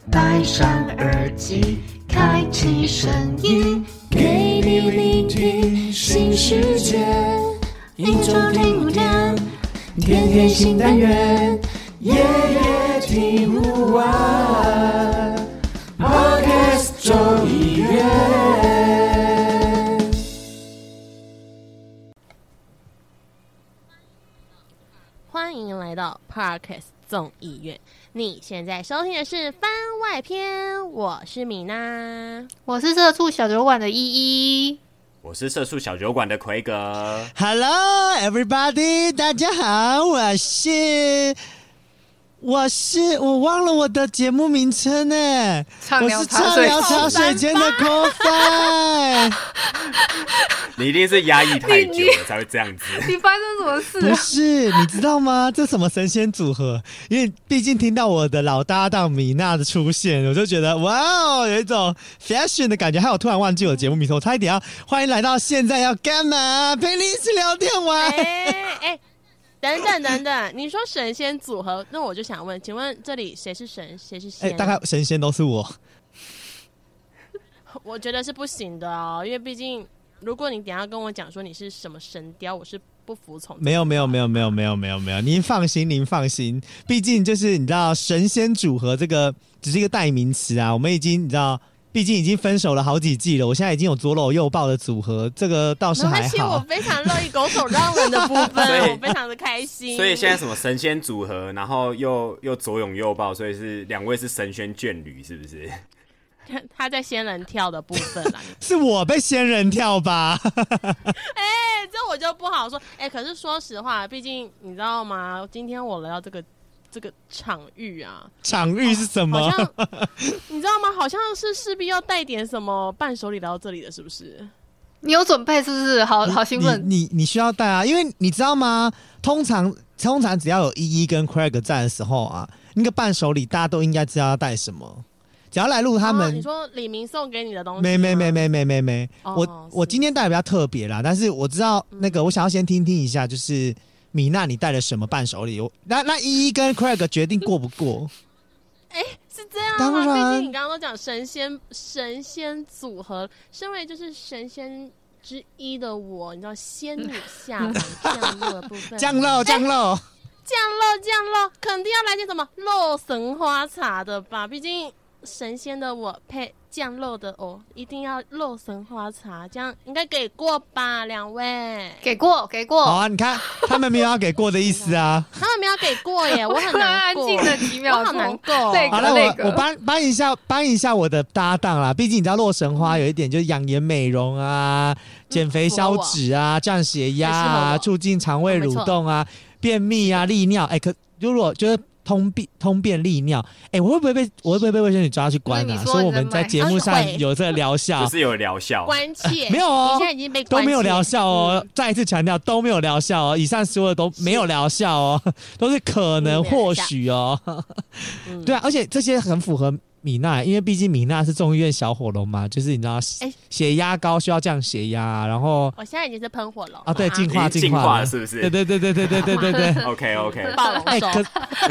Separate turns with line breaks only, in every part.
戴上耳机，开启声音，给你聆听新世界。一周听5天，天天新单元，夜夜听不完。Podcast 众议院，
欢迎来到 Podcast 众议院。你现在收听的是番外篇，我是米娜，
我是社畜小酒馆的依依，
我是社畜小酒馆的奎格。
Hello everybody， 大家好，我忘了我的节目名称呢，我是畅聊茶水间的 Coffee。
你一定是压抑太久了才会这样子。
你发生什么事啊？
不是，你知道吗？这什么神仙组合？因为毕竟听到我的老搭档米娜的出现，我就觉得哇哦，有一种 fashion 的感觉。还有突然忘记我的节目名称，我差一点要欢迎来到现在要干嘛？陪你一起聊天玩。
等等，你说神仙组合，那我就想问，请问这里谁是神，谁是仙？
大概神仙都是我。
我觉得是不行的哦，因为毕竟如果你等一下跟我讲说你是什么神雕，我是不服从。
没有，您放心，毕竟就是你知道神仙组合这个只是一个代名词啊，我们已经你知道。毕竟已经分手了好几季了，我现在已经有左搂右抱的组合，这个倒是还好。
而且我非常乐意拱手让人的部分，我非常的开心。
所以现在什么神仙组合，然后又左拥右抱，所以是两位是神仙眷侣，是不是？
他在仙人跳的部分啦，
是我被仙人跳吧？
这我就不好说。可是说实话，毕竟你知道吗？今天我来到这个场域啊，
场域是什么？
好像你知道吗？好像是势必要带点什么伴手礼来到这里的，是不是？
你有准备是不是？好兴奋！
你需要带啊，因为你知道吗？通常只要有依依跟 Craig 在的时候啊，那个伴手礼大家都应该知道要带什么。只要来录他们，
你说李明送给你的东西？
没。我今天带的比较特别啦，但是我知道那个，我想要先听一下，就是。米娜，你带了什么伴手礼？那依依跟 Craig 决定过不过？
是这样吗？
当然，
毕竟你刚刚都讲神仙组合，身为就是神仙之一的我，你知道仙女下凡降落的部分，
降落，
肯定要来点什么肉神花茶的吧？毕竟神仙的我配降肉的哦，一定要肉神花茶，这样应该给过吧？两位
给过。
好啊，你看他们没有要给过的意思啊，
他们没有给过耶，我很难过，
安静了几秒，
我好难过。
好了，我帮一下我的搭档啦，毕竟你知道洛神花有一点就是养颜美容啊，减肥消脂啊，降血压啊，促进肠胃蠕动啊，便秘啊，利尿。如果就是通便利尿，我会不会被卫生局抓去关啊？说我们在节目上有这个疗效，
不是有疗效，
关切
没有哦，
你现在已经被关
都没有疗效哦。再一次强调，都没有疗效哦。以上所有都没有疗效哦，都是可能或许哦。对啊，而且这些很符合米娜，因为毕竟米娜是众议院小火龙嘛，就是你知道，血压高需要降血压，然后
我现在已经是喷火龙
啊，对，进化
了，是不是？
对。
OK，
暴龙兽。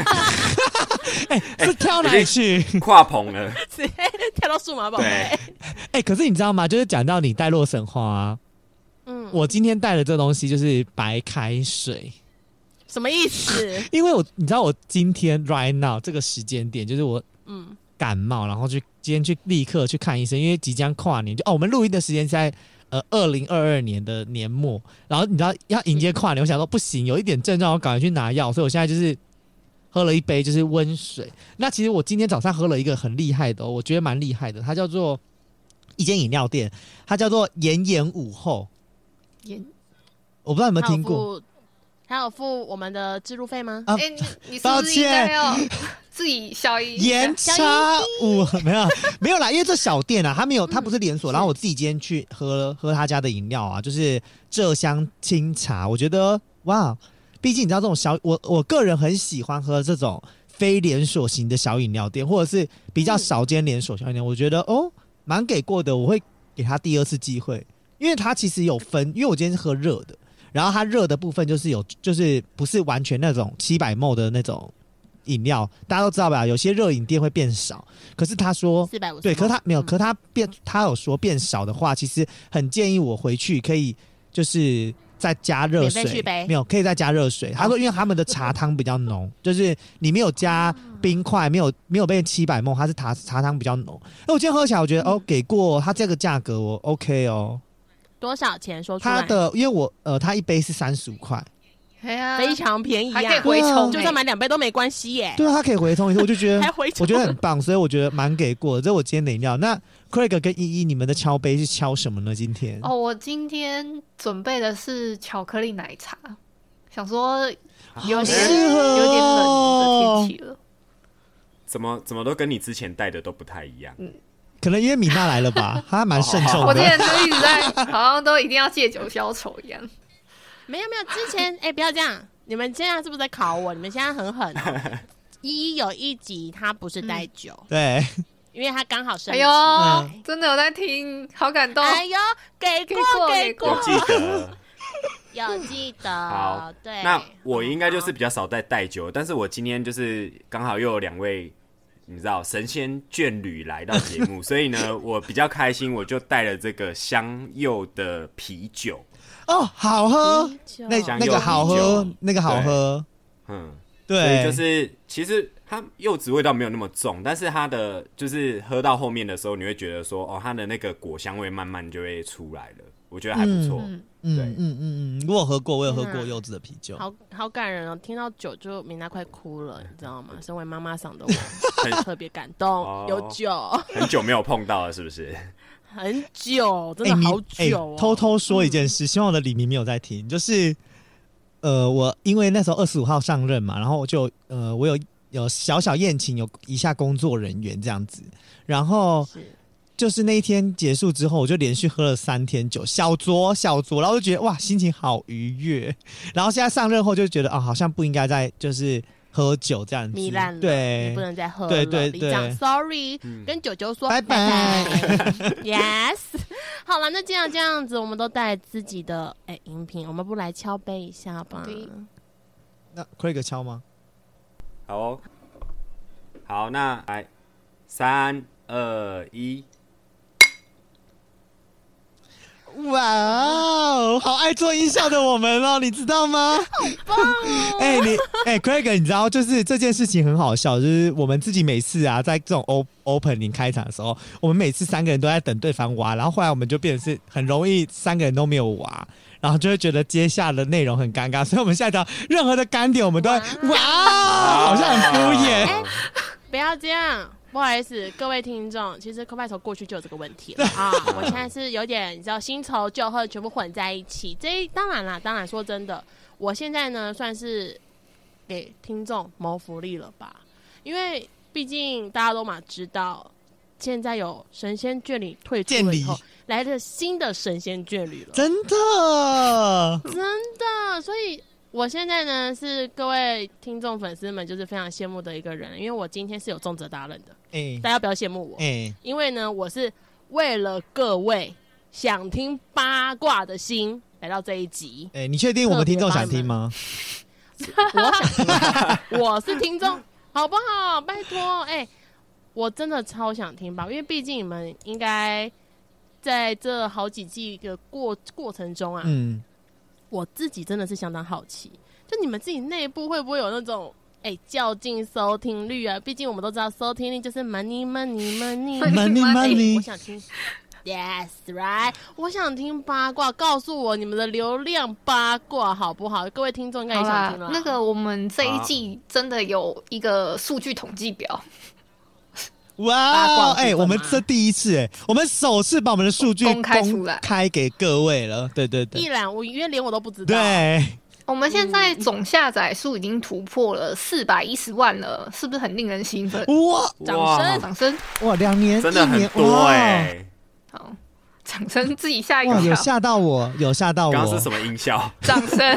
是跳哪里去？
跨棚了，
跳到数码宝贝。
可是你知道吗？就是讲到你带洛神花啊，我今天带的这东西就是白开水。
什么意思？
因为你知道我今天 right now 这个时间点，就是我感冒，然后今天去立刻去看医生，因为即将跨年，我们录音的时间是在2022年的年末，然后你知道要迎接跨年，我想说不行，有一点症状，我赶快去拿药，所以我现在就是喝了一杯就是温水。那其实我今天早上喝了一个很厉害的，我觉得蛮厉害的，它叫做一间饮料店，它叫做炎午后。我不知道有没有听过。
还有付我们的置入费吗？
你是不是应该要自己消音？
盐茶午没有啦，因为这小店啊，它不是连锁。然后我自己今天去喝他家的饮料啊，就是蔗香清茶，我觉得哇，毕竟你知道这种我个人很喜欢喝这种非连锁型的小饮料店，或者是比较少间连锁小饮料店，我觉得蛮给过的，我会给他第二次机会，因为它其实有分，因为我今天是喝热的。然后它热的部分就是不是完全那种700ml的那种饮料，大家都知道吧？有些热饮店会变少，可是他说
450，
对，可是他没有，可是他有说变少的话，其实很建议我回去可以就是再加热水，
免费续杯
没有可以再加热水。他说因为他们的茶汤比较浓，就是你没有加冰块，没有被700ml，它是茶汤比较浓。那我今天喝起来，我觉得给过它这个价格我 OK 哦。
多少钱说出来？
它的因为我它一杯是35块。
哎呀，
非常便宜
还可以
啊，
回冲，
就算买2杯都没关系耶。
对啊，它可以回冲一次，我就觉得
还回冲
我觉得很棒，所以我觉得蛮给过的。这是我今天的饮料。那 Craig 跟依依，你们的敲杯是敲什么呢？今天
我今天准备的是巧克力奶茶，想说有点
适合哦
有点冷的天气了。
怎么都跟你之前带的都不太一样。
可能因为米娜来了吧，她还蛮慎重的。
我之前就一直在，好像都一定要借酒消愁一样。
没有，之前不要这样，你们现在是不是在考我？你们现在很狠哦。依依有一集他不是带酒，
对，
因为他刚好生气。
哎呦，
嗯
真的有在听，好感动。
哎呦，给过，
有记得。
有记得。
好，
对。
那我应该就是比较少带酒，但是我今天就是刚好又有2位。你知道神仙眷侣来到节目，所以呢，我比较开心，我就带了这个香柚的啤酒。
哦，好喝，那个好喝，那个好喝。对，
所以就是其实它柚子味道没有那么重，但是它的就是喝到后面的时候，你会觉得说，它的那个果香味慢慢就会出来了，我觉得还不错。
我有喝过，我有喝过柚子的啤酒，
好感人哦！听到酒就米娜快哭了，你知道吗？身为妈妈桑的我，特别感动。有酒，
很久没有碰到了，是不是？
很久，真的好久哦。
偷偷说一件事，希望我的李明没有在听，就是我因为那时候25号上任嘛，然后我就我有小宴请，有一下工作人员这样子，然后就是那一天结束之后，我就连续喝了3天酒，小酌，然后就觉得哇，心情好愉悦。然后现在上任后就觉得好像不应该再就是喝酒这样子，
糜烂了，
对，
你不能再喝了，
对，
里长 sorry，跟九九说
拜拜
，yes。好了，那这样子，我们都带自己的饮品，我们不来敲杯一下吧？
那 Craig 敲吗？
好哦，好，那来3、2、1。
哇哦，好爱做音效的我们哦，你知道吗？
好棒哦
！Craig， 你知道，就是这件事情很好笑，就是我们自己每次啊，在这种opening 开场的时候，我们每次3个人都在等对方挖，然后后来我们就变成是很容易3个人都没有挖，然后就会觉得接下的内容很尴尬，所以我们下一条任何的干点，我们都会哇，好像很敷衍。
不要这样。不好意思，各位听众，其实 Copy 从过去就有这个问题了啊！我现在是有点，你知道，新仇旧恨全部混在一起。当然说真的，我现在呢算是给听众谋福利了吧？因为毕竟大家都知道，现在有神仙眷侣退出了以后，来了新的神仙眷侣了，
真的，
所以。我现在呢是各位听众粉丝们就是非常羡慕的一个人，因为我今天是有重责大任的，大家不要羡慕我，因为呢我是为了各位想听八卦的心来到这一集。
你确定我们听众想听吗？
我想听，我是听众，好不好？拜托，我真的超想听吧，因为毕竟你们应该在这好几季的过程中啊，我自己真的是相当好奇，就你们自己内部会不会有那种较劲收听率啊？毕竟我们都知道收听率就是 money。我想听 ，yes right， 我想听八卦，告诉我你们的流量八卦好不好？各位听众应该也想听了。
那个我们这一季真的有一个数据统计表。
哇，我们这第一次，我们首次把我们的数据
公开出来，
开给各位了。对，
依然因为连我都不知道。
对，
我们现在总下载数已经突破了410万了，是不是很令人兴奋？
哇，
掌声！
哇，2年
真的很多
好，掌声自己吓一跳，
有吓到我。
刚刚是什么音效？
掌声，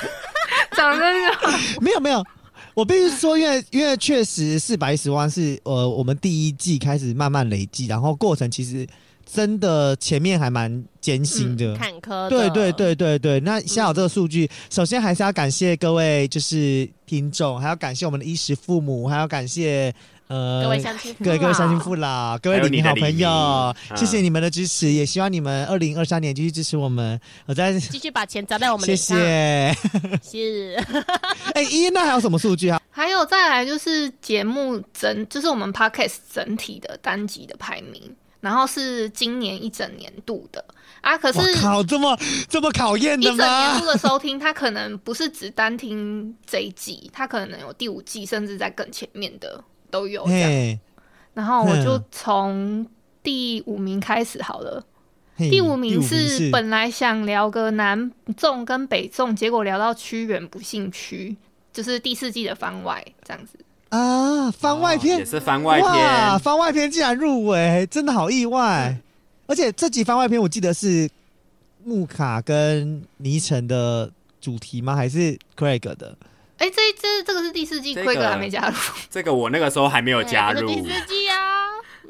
没有。我必须说，因为确实410万是我们第一季开始慢慢累积，然后过程其实真的前面还蛮艰辛的，
坎坷的。
对对对对对。那先有这个数据，首先还是要感谢各位就是听众，还要感谢我们的衣食父母，还要感谢
各位乡亲父
各位乡亲父老，各位李明好朋友，谢谢你们的支持，也希望你们2023年继续支持我们，我再
继续把钱砸在我们脸上。
谢谢。
是。
那还有什么数据啊？
还有再来就是节目就是我们 podcast 整体的单集的排名，然后是今年一整年度的啊。可是
我靠，这么考验的吗？
一整年度的收听，它可能不是只单听这一季，它可能有第5季，甚至在更前面的都有这样。然后我就从第5名开始好了。第5名是本来想聊个南纵跟北纵，结果聊到屈原不幸屈，就是第4季的番外这样子
啊。番外篇
也是番外篇，
哇，番外篇竟然入围，真的好意外。而且这集番外篇我记得是木卡跟倪晨的主题吗？还是 Craig 的？
这个是第4季，Craig 还没加入。
这个我那个时候还没有加入。
第4季啊。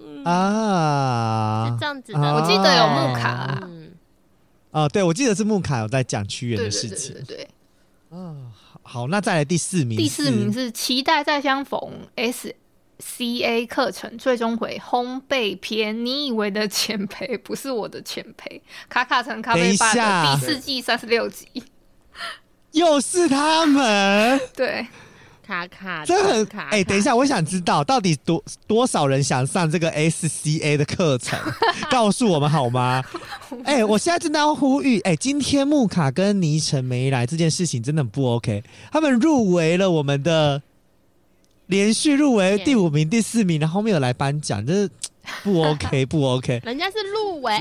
啊，
是这样子的。
我记得有木卡
对，我记得是木卡有在讲屈原的事情。
对。
好，那再来第4名。
第4名是期待再相逢 SCA 课程最终回烘焙篇。你以为的前辈不是我的前辈，卡卡城咖啡吧的第4季36集，
又是他们。
对。
卡
这很等一下，我想知道到底多少人想上这个 SCA 的课程，告诉我们好吗？我现在真的要呼吁，今天木卡跟倪晨没来这件事情真的很不 OK， 他们入围了我们的连续入围第5名、第4名，然后没有来颁奖，这是不 OK 不 OK。
人家是入围，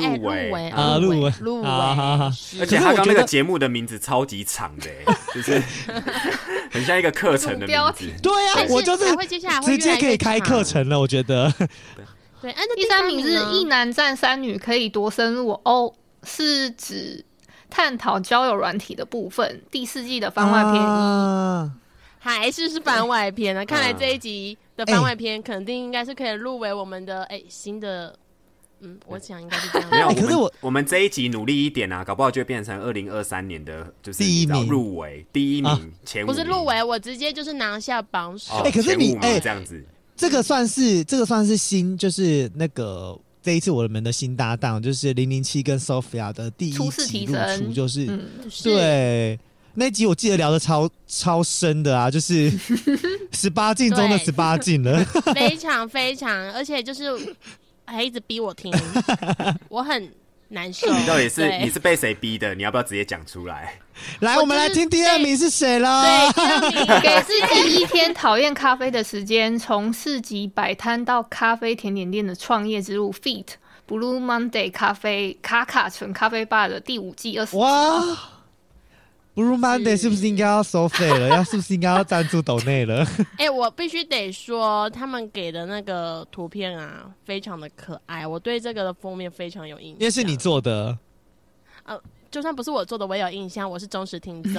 而且他刚那个节目的名字超级长的，就是很像一个课程的名字。
对啊，我就是直接可以开课程了，我觉得。
对，
第3名是一男战3女可以多深入是指探讨交友软体的部分。第4季的番外篇1。
还是番外篇呢？看来这一集的番外篇肯定应该是可以入围我们的新的，我想应该是这样。
没有，可是我们这一集努力一点啊，搞不好就会变成2023年的就是
第1名
入围第1名前5名。
不是入围，我直接就是拿下榜首。
可是你
这样子，
这个算是新，就是那个这一次我们的新搭档就是007跟 Sophia 的第1集露出，就是对。那一集我记得聊的超深的啊，就是18禁中的18禁了，
非常非常，而且就是还一直逼我听，我很难受。
你到底你是被谁逼的？你要不要直接讲出来？
来，我们来听第2名是谁了。
对，
给自己一天讨厌咖啡的时间，从市集摆摊到咖啡甜点店的创业之路 ，Feat Blue Monday 咖啡卡卡城咖啡吧的第5季20集。
哇！Blue Monday 是不是应该要收费了？是不是应该要赞助抖内了？
我必须得说，他们给的那个图片啊，非常的可爱。我对这个的封面非常有印象，
因为是你做的。
就算不是我做的，我也有印象，我是忠实听众。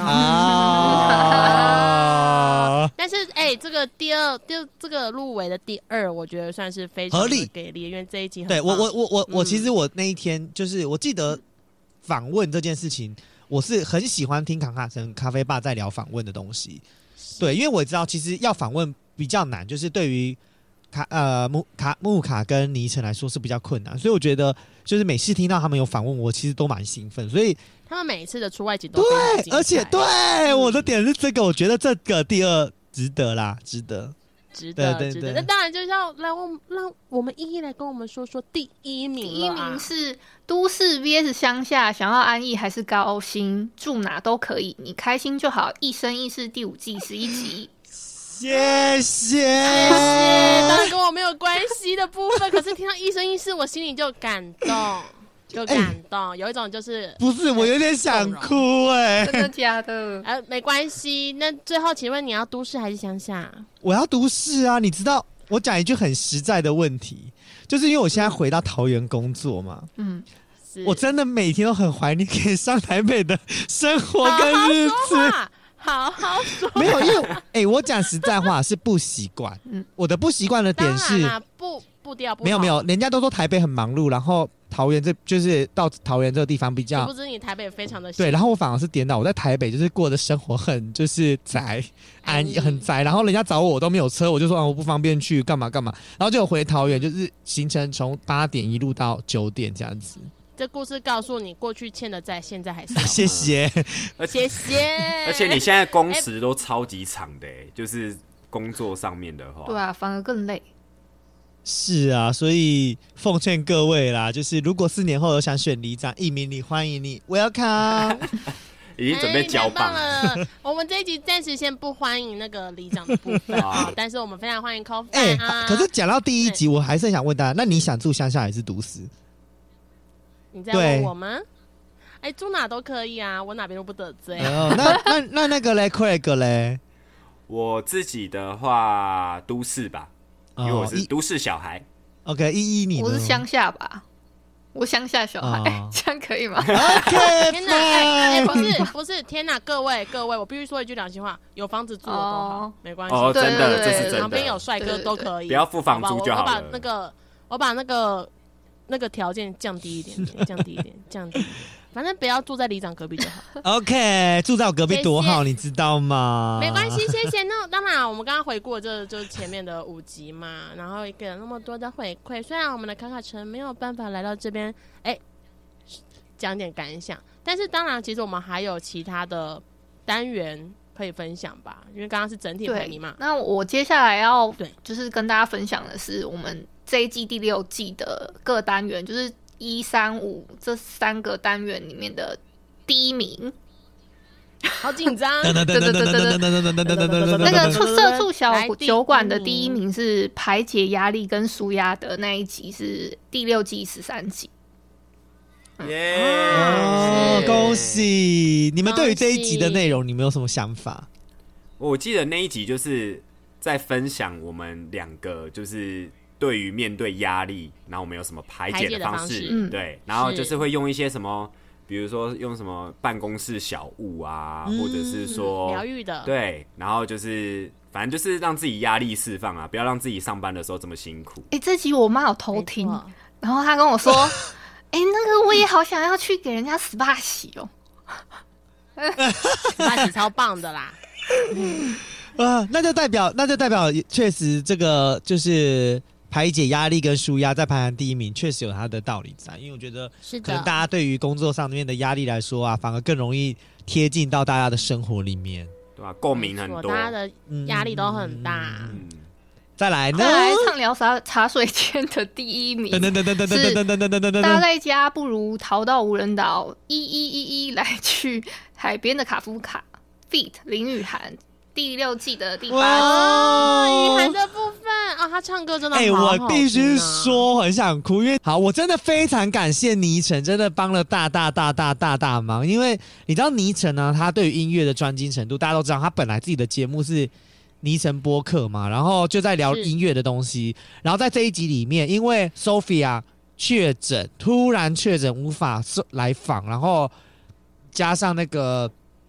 但是这个这个入围的第2，我觉得算是非常的给力，因为这一集很棒。
对我其实我那一天就是我记得访问这件事情。我是很喜欢听卡卡城咖啡吧在聊访问的东西，对，因为我知道其实要访问比较难，就是对于木卡跟倪晨来说是比较困难，所以我觉得就是每次听到他们有访问我，其实都蛮兴奋，所以
他们每一次的出外景都
对，
非常精彩，
而且对我的点是这个，我觉得这个第2值得啦，值得。那
当然就是要让我们一一来跟我们说说第1名。
第1名是都市 VS 乡下，想要安逸还是高薪，住哪都可以，你开心就好。一生一世第5季11集。
谢谢。
当然跟我没有关系的部分，可是听到一生一世，我心里就感动。有一种就是
不是我有点想哭
真的假的？
没关系。那最后，请问你要都市还是乡下？
我要都市啊！你知道，我讲一句很实在的问题，就是因为我现在回到桃园工作嘛，我真的每天都很怀念可以上台北的生活跟日子。
好好说，
没有，因为我讲实在话是不习惯。我的不习惯的点是
步调不好。
没有，人家都说台北很忙碌，然后桃园就是到桃园这个地方比较，
不知你台北非常的
对，然后我反而是颠倒，我在台北就是过的生活很就是宅，很宅，然后人家找我都没有车，我就说我不方便去干嘛干嘛，然后就回桃园，就是行程从8点一路到9点这样子。
这故事告诉你，过去欠的债，现在还是
谢谢，
谢谢。
而且你现在工时都超级长的，就是工作上面的话，
对啊，反而更累。
是啊，所以奉劝各位啦，就是如果4年后有想选里长，一鸣你欢迎你 ，welcome。
已经准备交棒
了。我们这一集暂时先不欢迎那个里长的部分啊，但是我们非常欢迎 Coffee 啊。
可是讲到第1集，我还是很想问大家，那你想住乡下还是都市？
你在问我吗？住哪都可以啊，我哪边都不得罪。
那个嘞 ，Craig 嘞？
我自己的话，都市吧，因为我是都市小孩。
OK， 依你呢？
我是乡下吧，我乡下小孩，这样可以吗？
OK，
天哪，不是，天哪，各位，我必须说一句良心话，有房子住的都好，没关系。
真的，这是真的。
旁边有帅哥都可以，
不要付房租就好了。
我把那个条件降低一点点，降低，反正不要住在里长隔壁就好。
OK， 住在我隔壁多好，你知道吗？
没关系，谢谢。那当然，我们刚刚回顾这就是前面的5集嘛，然后给了那么多的回馈。虽然我们的卡卡城没有办法来到这边，讲点感想，但是当然，其实我们还有其他的单元可以分享吧，因为刚刚是整体排名嘛。
那我接下来要就是跟大家分享的是我们这一季第6季的各单元，就是1、3、5这3个单元里面的第1名。
好紧张！
那个社畜小酒馆的第1名是排解压力跟舒压的那一集，是第6季13集。
恭喜你们！对于这一集的内容，你们有什么想法？
我记得那一集就是在分享我们2个就是对于面对压力，然后我们有什么排解的方式，对，然后就是会用一些什么，比如说用什么办公室小物啊，或者是说
疗愈的，
对，然后就是反正就是让自己压力释放啊，不要让自己上班的时候这么辛苦。
这集我妈有偷听，然后她跟我说。那个我也好想要去给人家 SPA 洗哦
，SPA 洗超棒的啦。
那就代表确实这个就是排解压力跟舒压在排行第1名，确实有它的道理在。因为我觉得可能大家对于工作上面的压力来说啊，反而更容易贴近到大家的生活里面，
对吧？共鸣很多，
大家的压力都很大。
再来呢？
再来畅聊茶水间的第1名是待在家不如逃到无人岛，1111来去海边的卡夫卡 feat. 林雨涵第6季的第8集。
雨涵的部分他唱歌真的好好听
我必须说很想哭，因为好，我真的非常感谢倪晨，真的帮了大忙。因为你知道倪晨呢，他对于音乐的专精程度，大家都知道，他本来自己的节目是倪晨播客嘛，然后就在聊音乐的东西，然后在这一集里面，因为 Sophia 突然确诊无法来访，然后加上那个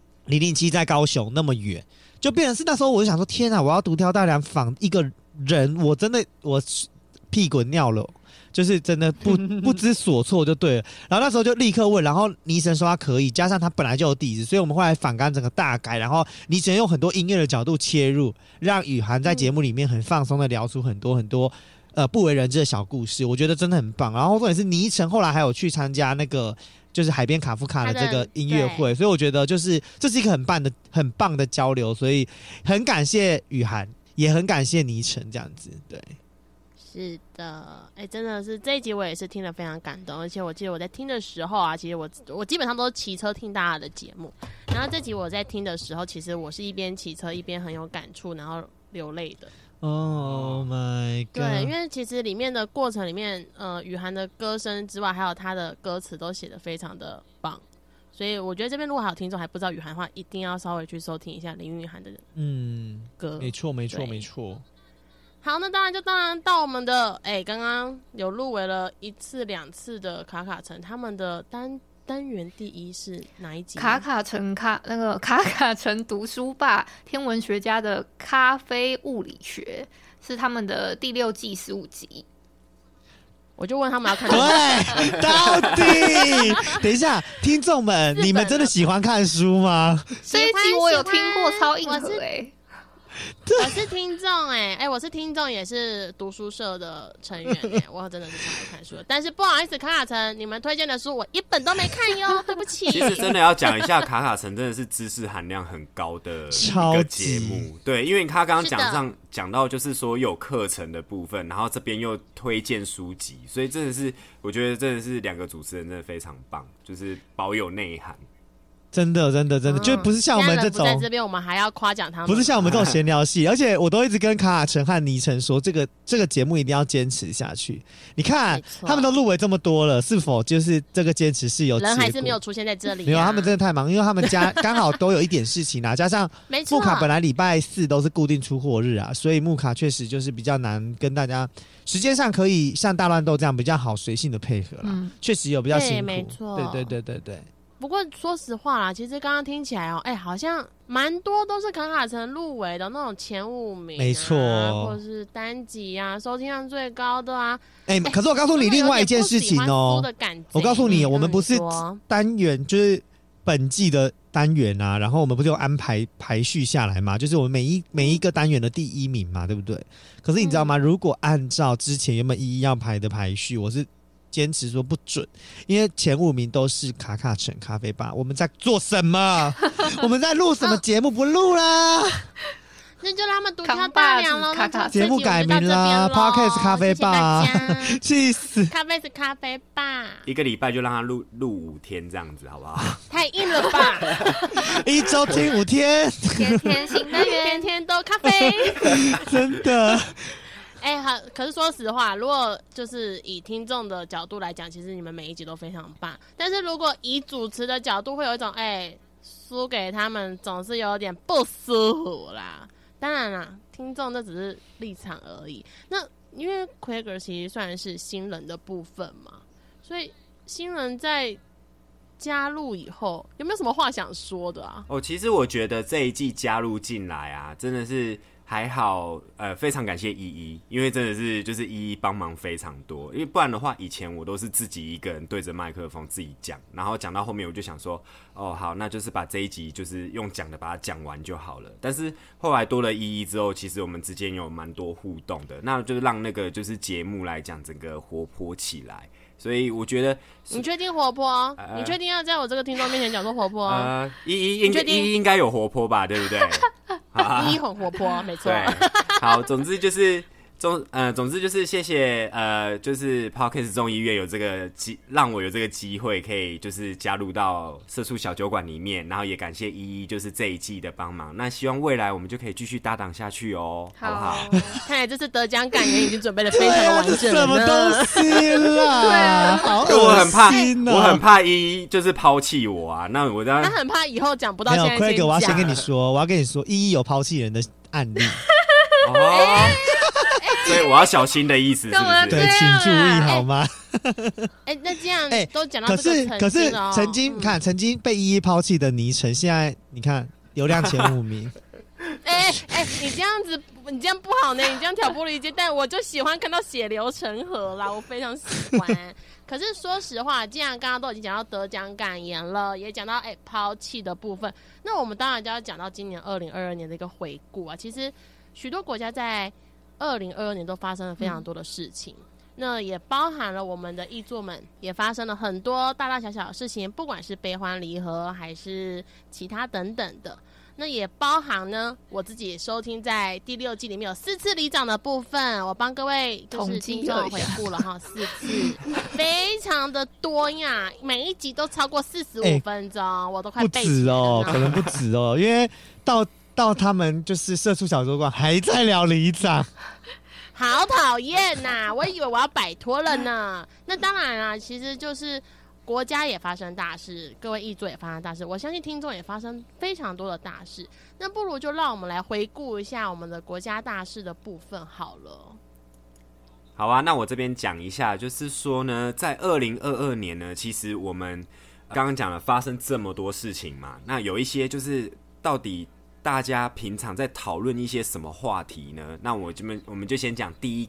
007在高雄那么远，就变成是那时候我就想说，天啊，我要独挑大梁访一个人，我屁滚尿了。就是真的不知所措就对了，然后那时候就立刻问，然后倪晨说他可以，加上他本来就有底子，所以我们后来访纲整个大改，然后倪晨用很多音乐的角度切入，让雨涵在节目里面很放松的聊出很多不为人知的小故事，我觉得真的很棒。然后重点是倪晨后来还有去参加那个就是海边卡夫卡的这个音乐会，所以我觉得就是这是一个很棒的交流，所以很感谢雨涵，也很感谢倪晨这样子，对。
是的，真的是这一集我也是听得非常感动，而且我记得我在听的时候啊，其实我基本上都是骑车听大家的节目，然后这集我在听的时候，其实我是一边骑车一边很有感触，然后流泪的。
Oh my god！
对，因为其实里面的过程里面，雨涵的歌声之外，还有他的歌词都写得非常的棒，所以我觉得这边如果还有听众还不知道雨涵的话，一定要稍微去收听一下林雨涵的歌。
没错。
好，那当然到我们的刚刚有入围了1次2次的卡卡城，他们的单元第1是哪一集？
卡卡城读书吧，天文学家的咖啡物理学是他们的第6季15集。
我就问他们要看
对，到底等一下，听众们，你们真的喜欢看书吗？
这一集我有听过，超硬核
我是听众我是听众，也是读书社的成员我真的是超爱看书的。但是不好意思，卡卡城，你们推荐的书我一本都没看哟，对不起。
其实真的要讲一下，卡卡城真的是知识含量很高的一个节目。对，因为他刚刚讲到就是说有课程的部分，然后这边又推荐书籍，所以真的是我觉得真的是两个主持人真的非常棒，就是保有内涵。
真的，就不是像我们这种，
在这边我们还要夸奖他们，
不是像我们这种闲聊系，而且我都一直跟卡卡城和倪晨说，这个节目一定要坚持下去。你看他们都入围这么多了，是否就是这个坚持是有结果？
人还是没有出现在这里、
没有，他们真的太忙，因为他们家刚好都有一点事情啊，加上木卡本来礼拜4都是固定出货日啊，所以木卡确实就是比较难跟大家时间上可以像大乱斗这样比较好随性的配合啦，确实有比较辛苦，
没错，
对。
不过说实话啦，其实刚刚听起来好像蛮多都是卡卡城入围的那种前5名、
没错，
或者是单集啊，收听量最高的啊。
可是我告诉你另外一件事情哦，我告诉你，我们不是单元，就是本季的单元啊，然后我们不是有安排排序下来嘛，就是我们每一个单元的第1名嘛，对不对？可是你知道吗？如果按照之前原本一要排的排序，我是坚持说不准，因为前5名都是卡卡城咖啡吧。我们在做什么？我们在录什么节目？不录啦。
那就让他们独挑大梁了。
节目改名啦 ，Podcast 咖啡吧，气死！
咖啡是咖啡吧，
一个礼拜就让他录5天这样子，好不好？
太硬了吧
！1周听5天，
天天新单元，
天天都咖啡，
真的。
好，可是说实话，如果就是以听众的角度来讲，其实你们每一集都非常棒。但是如果以主持的角度，会有一种输给他们总是有点不舒服啦。当然啦，听众那只是立场而已。那因为 Quaker 其实算是新人的部分嘛，所以新人在加入以后，有没有什么话想说的啊？
其实我觉得这一季加入进来啊，真的是还好，非常感谢依依，因为真的是就是依依帮忙非常多，因为不然的话，以前我都是自己一个人对着麦克风自己讲，然后讲到后面我就想说，好，那就是把这一集就是用讲的把它讲完就好了。但是后来多了依依之后，其实我们之间有蛮多互动的，那就是让那个就是节目来讲整个活泼起来。所以我觉得，
你确定活泼？你确定要在我这个听众面前讲说活泼？
依依应该有活泼吧，对不对？
依依很活泼，没错。
对，好，总之就是谢谢就是 Podcast 众议院有这个让我有这个机会可以就是加入到社畜小酒馆里面，然后也感谢依依就是这一季的帮忙。那希望未来我们就可以继续搭档下去哦，好不好？
看来这次得奖感言已经准备的非常的完整了。
什么东西啦？对啊，好恶心
我很怕依依就是抛弃我啊。那我当然
他很怕以后讲不到现在先讲。
Craig， 我要跟你说，依依有抛弃人的案例。
所以我要小心的意思是不是？
对，请注意好吗？
那这样都讲到这个
可是曾经被依依抛弃的倪晨，现在你看流量前5名。
你这样子，你这样不好呢，你这样挑拨离间。但我就喜欢看到血流成河啦，我非常喜欢。可是说实话，既然刚刚都已经讲到得奖感言了，也讲到抛弃的部分，那我们当然就要讲到今年2022年的一个回顾啊。其实许多国家在2022年都发生了非常多的事情，那也包含了我们的译作们也发生了很多大大小小的事情，不管是悲欢离合还是其他等等的。那也包含呢，我自己收听在第6季里面有4次里长的部分，我帮各位就是听众回顾了哈，4次，非常的多呀，每一集都超过45分钟，我都快背起来了。
可能不止哦，因为到他们就是社畜小酒馆还在聊里长。
好讨厌呐！我以为我要摆脱了呢。那当然啦，其实就是国家也发生大事，各位译作也发生大事，我相信听众也发生非常多的大事。那不如就让我们来回顾一下我们的国家大事的部分好了。
好啊，那我这边讲一下，就是说呢，在2022年呢，其实我们刚刚讲了发生这么多事情嘛，那有一些就是到底大家平常在讨论一些什么话题呢？那我们就先讲第一个，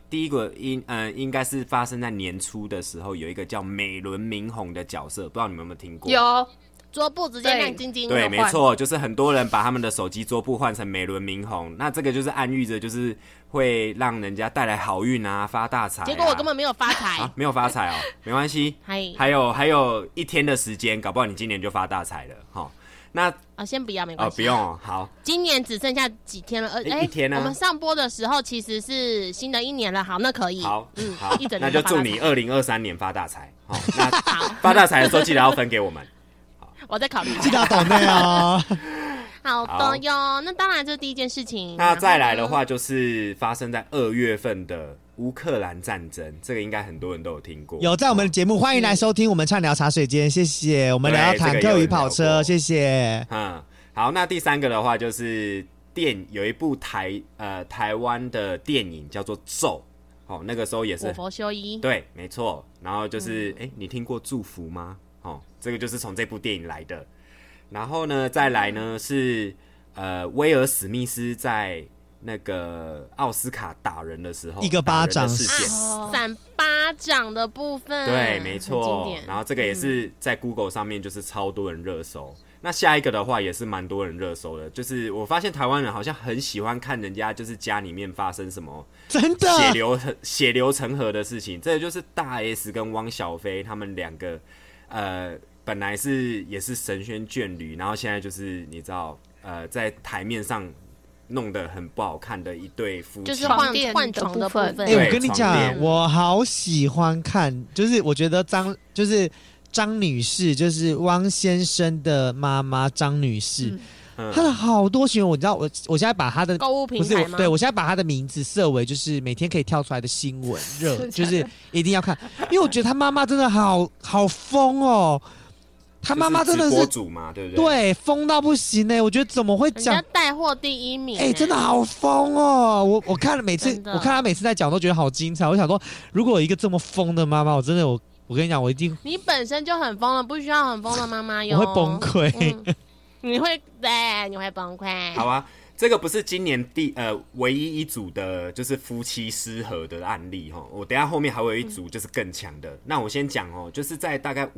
第一个应该是发生在年初的时候，有一个叫美轮明宏的角色，不知道你们有没有听过？
有。
桌布直接亮晶晶，
对，没错，就是很多人把他们的手机桌布换成美轮明宏，那这个就是暗喻着就是会让人家带来好运啊，发大财、啊。
结果我根本没有发财、
没有发财哦，没关系，还有1天的时间，搞不好你今年就发大财了哈。那
先不要，没关系，
不用哦，好。
今年只剩下几天了
？1天呢？
我们上播的时候其实是新的一年了，好，那可以。
好，好，
一整年
那就祝你2023年发大财。好，那发大财的时候记得要分给我们。
我在考虑，
记得要抖内哦。
好的哟，那当然这是第一件事情。
那再来的话，就是发生在2月份的乌克兰战争，这个应该很多人都有听过。
有在我们的节目，欢迎来收听我们畅聊茶水间，谢谢。我们聊到坦克与跑车，谢谢。
好，那第3个的话就是有一部台湾的电影叫做《咒》，那个时候也是
我佛修一，
对，没错。然后就是你听过祝福吗？这个就是从这部电影来的。然后呢，再来呢是威尔史密斯在那个奥斯卡打人的时候，
一个巴掌
事件，
闪巴掌的部分，
对，没错。然后这个也是在 Google 上面就是超多人热搜。那下一个的话也是蛮多人热搜的，就是我发现台湾人好像很喜欢看人家就是家里面发生什么
真的
血流成河的事情。这个就是大 S 跟汪小菲他们2个本来也是神仙眷侣，然后现在就是你知道在台面上弄得很不好看的一对夫妻，
就是换床的部分。
我跟你讲，我好喜欢看，就是我觉得张女士，就是汪先生的妈妈张女士，她的好多新闻，我知道，我现在把她的
购物平台吗？
对，我现在把她的名字设为就是每天可以跳出来的新闻热，就是一定要看，因为我觉得她妈妈真的好疯哦。他妈妈真的是
直播主嘛，对不对？
对，疯到不行我觉得怎么会讲？
人家带货第1名
真的好疯哦！我看了每次，我看他每次在讲都觉得好精彩。我想说，如果有一个这么疯的妈妈，我真的我跟你讲，我一定
你本身就很疯了，不需要很疯的妈妈哟。
我会崩溃，
你会崩溃。
好啊。这个不是今年唯一一组的，就是夫妻失和的案例哈。我等一下后面还会有一组就是更强的。那我先讲就是在大概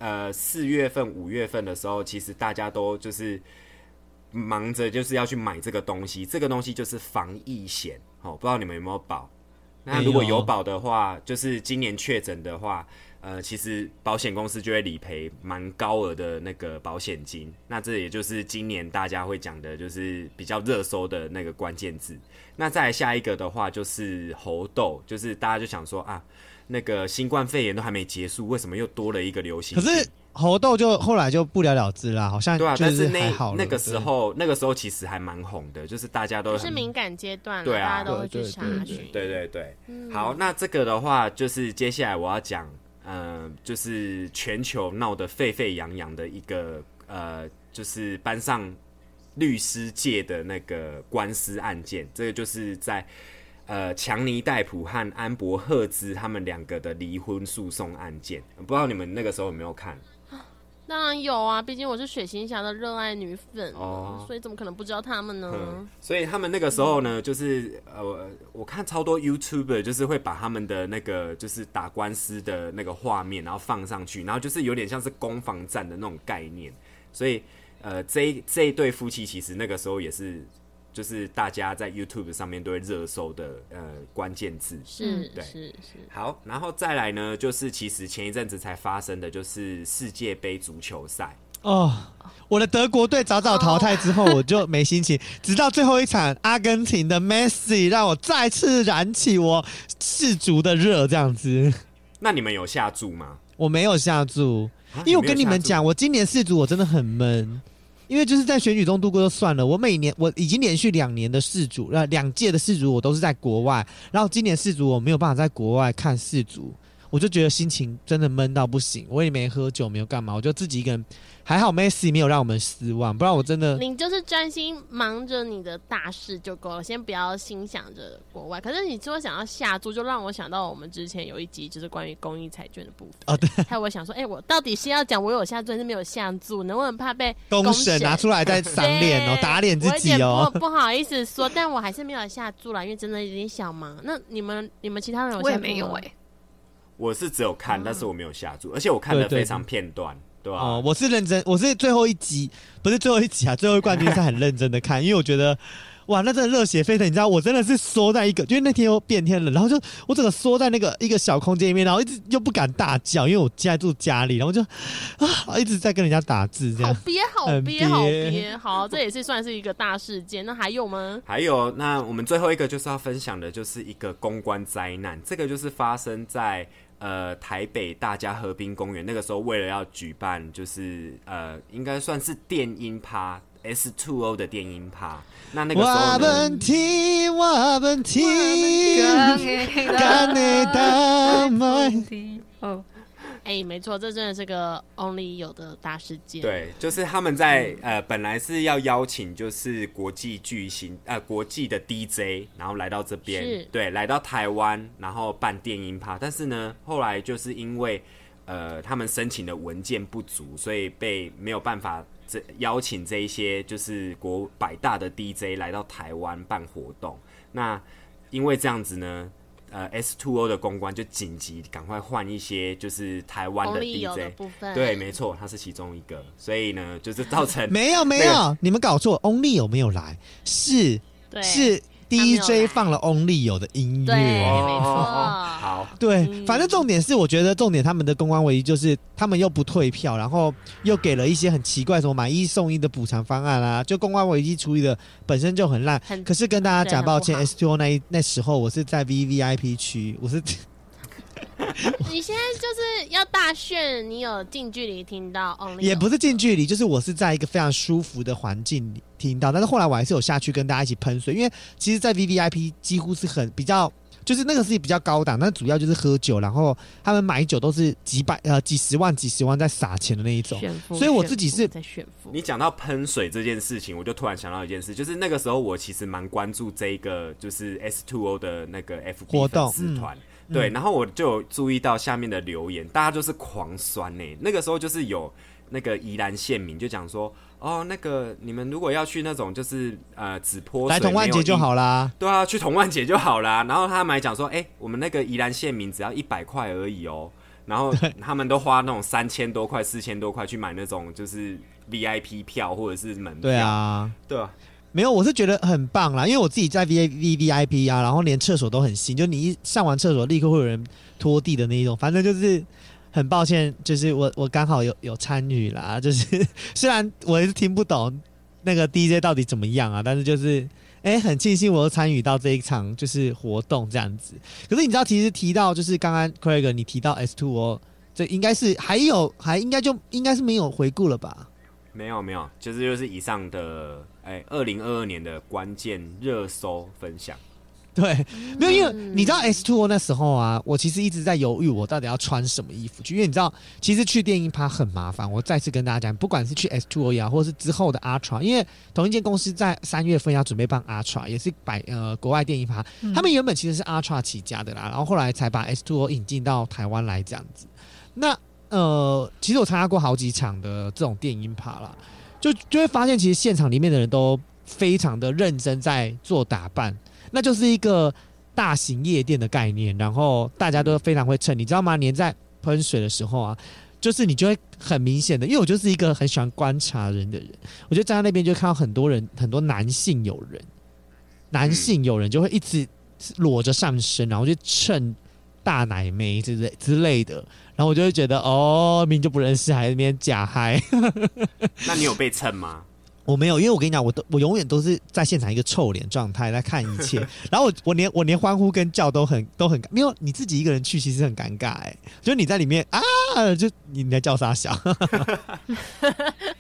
4月份、5月份的时候，其实大家都就是忙着就是要去买这个东西。这个东西就是防疫险不知道你们有没有保？那如果有保的话，就是今年确诊的话。其实保险公司就会理赔蛮高额的那个保险金，那这也就是今年大家会讲的，就是比较热搜的那个关键字。那再来下一个的话就是猴痘，就是大家就想说啊，那个新冠肺炎都还没结束，为什么又多了一个流行病？
可是猴痘就后来就不了了之啦，好像
对啊，但是那个时候其实还蛮红的，就是大家都
是敏感阶段，
对啊，
大家都会去查询。
对。好，那这个的话就是接下来我要讲。就是全球闹得沸沸扬扬的一个就是搬上律师界的那个官司案件，这个就是在强尼戴普和安博赫兹他们2个的离婚诉讼案件，不知道你们那个时候有没有看？
当然有啊，毕竟我是水行侠的热爱女粉所以怎么可能不知道他们呢？
所以他们那个时候呢，就是我看超多 YouTuber 就是会把他们的那个就是打官司的那个画面，然后放上去，然后就是有点像是攻防战的那种概念。所以这一对夫妻其实那个时候也是。就是大家在 YouTube 上面都会热搜的关键字，对，
是。
好，然后再来呢，就是其实前一阵子才发生的，就是世界杯足球赛。
我的德国队早早淘汰之后，我就没心情，直到最后一场阿根廷的 Messi 让我再次燃起我世足的热，这样子。
那你们有下注吗？
我没有下注，因为我跟你们讲，我今年世足我真的很闷。因为就是在选举中度过就算了，我已经连续2年的世足，2届的世足我都是在国外，然后今年世足我没有办法在国外看世足， 我就觉得心情真的闷到不行，我也没喝酒，没有干嘛，我就自己一个人。还好 Messi 没有让我们失望，不然我真的。
你就是专心忙着你的大事就够了，先不要心想着国外。可是你说想要下注，就让我想到我们之前有一集就是关于公益彩券的部分。
哦，对。
还有我想说，我到底是要讲我有下注还是没有下注？能不能怕被
公审拿出来再赏脸哦，打脸自己哦？
不好意思说，但我还是没有下注啦，因为真的有点小忙。那你们其他人有下注吗？
我也没有
我是只有看，但是我没有下注，而且我看的非常片段。对吧？
哦，我是认真，我是最后一集，不是最后一集啊，最后冠军是很认真的看，因为我觉得，哇，那真的热血沸腾，你知道，我真的是缩在一个，因为那天又变天了，然后就我整个缩在那个一个小空间里面，然后一直又不敢大叫，因为我现在住家里，然后就一直在跟人家打字，这样
好憋，好，这也是算是一个大事件。那还有吗？
还有，那我们最后一个就是要分享的，就是一个公关灾难，这个就是发生在。台北大家河滨公园那个时候，为了要举办，就是应该算是电音趴 S2O 的电音趴。那个时候呢，
我们听，干你当麦。
哦。
没错，这真的是个 Only 有的大事件。
对，就是他们在本来是要邀请就是国际巨星国际的 DJ， 然后来到这边，对，来到台湾，然后办电音趴。但是呢，后来就是因为他们申请的文件不足，所以被没有办法邀请这一些就是国百大的 DJ 来到台湾办活动。那因为这样子呢。S2O 的公关就紧急赶快换一些就是台湾的 DJ
的部分，
对，没错，他是其中一个，所以呢，就是造成
没有、你们搞错 ，Only 有没有来？是 DJ 放了 Only 有的音乐，
对，没错，
好，
对，反正重点是，我觉得重点他们的公关唯一就是他们又不退票，然后又给了一些很奇怪什么买一送一的补偿方案啊，就公关危机处理的本身就很烂。可是跟大家讲抱歉 ，S2O 那时候我是在 VVIP 区，我是。
你现在就是要大炫，你有近距离听到 Only
也不是近距离，就是我是在一个非常舒服的环境里听到，但是后来我还是有下去跟大家一起喷水，因为其实，在 VVIP 几乎是比较，就是那个是比较高档，但主要就是喝酒，然后他们买酒都是几十万在撒钱的那一种，所以我自己是
在炫富。
你讲到喷水这件事情，我就突然想到一件事，就是那个时候我其实蛮关注这一个就是 S2O 的那个 FB 粉丝团。对，然后我就有注意到下面的留言，大家就是狂酸欸。那个时候就是有那个宜兰县民就讲说，哦，那个你们如果要去那种就是只泼水，
来同万节就好啦。
对啊，去同万节就好啦。然后他们还讲说，我们那个宜兰县民只要100块而已哦。然后他们都花那种3000多块、4000多块去买那种就是 VIP 票或者是门票。
对啊，
对啊。
没有，我是觉得很棒啦，因为我自己在 VVIP 啊，然后连厕所都很新，就你一上完厕所立刻会有人拖地的那一种，反正就是很抱歉，就是我刚好有参与啦，就是虽然我也是听不懂那个 DJ 到底怎么样啊，但是就是很庆幸我有参与到这一场就是活动这样子。可是你知道，其实提到就是刚刚 Craig 你提到 S2O， 这应该是应该是没有回顾了吧？
没有，就是以上的2022年的关键热搜分享。
对，没有，因为你知道 S2O 那时候啊，我其实一直在犹豫我到底要穿什么衣服去，因为你知道，其实去电音趴很麻烦。我再次跟大家讲，不管是去 S2O 也好，或是之后的 Ultra， 因为同一间公司在3月份要准备办 Ultra， 也是国外电音趴，他们原本其实是 Ultra 起家的啦，然后后来才把 S2O 引进到台湾来这样子。那其实我参加过好几场的这种电音趴啦，就会发现其实现场里面的人都非常的认真在做打扮，那就是一个大型夜店的概念，然后大家都非常会蹭，你知道吗？连在喷水的时候啊，就是你就会很明显的，因为我就是一个很喜欢观察人的人，我就站在那边就看到很多人，很多男性友人就会一直裸着上身，然后就蹭大奶妹之类的，然后我就会觉得明明就不认识，还在那边假嗨。
那你有被蹭吗？
我没有，因为我跟你讲，我永远都是在现场一个臭脸状态在看一切，然后我连欢呼跟叫都很，没有你自己一个人去其实很尴尬就是你在里面啊，就你在叫啥小。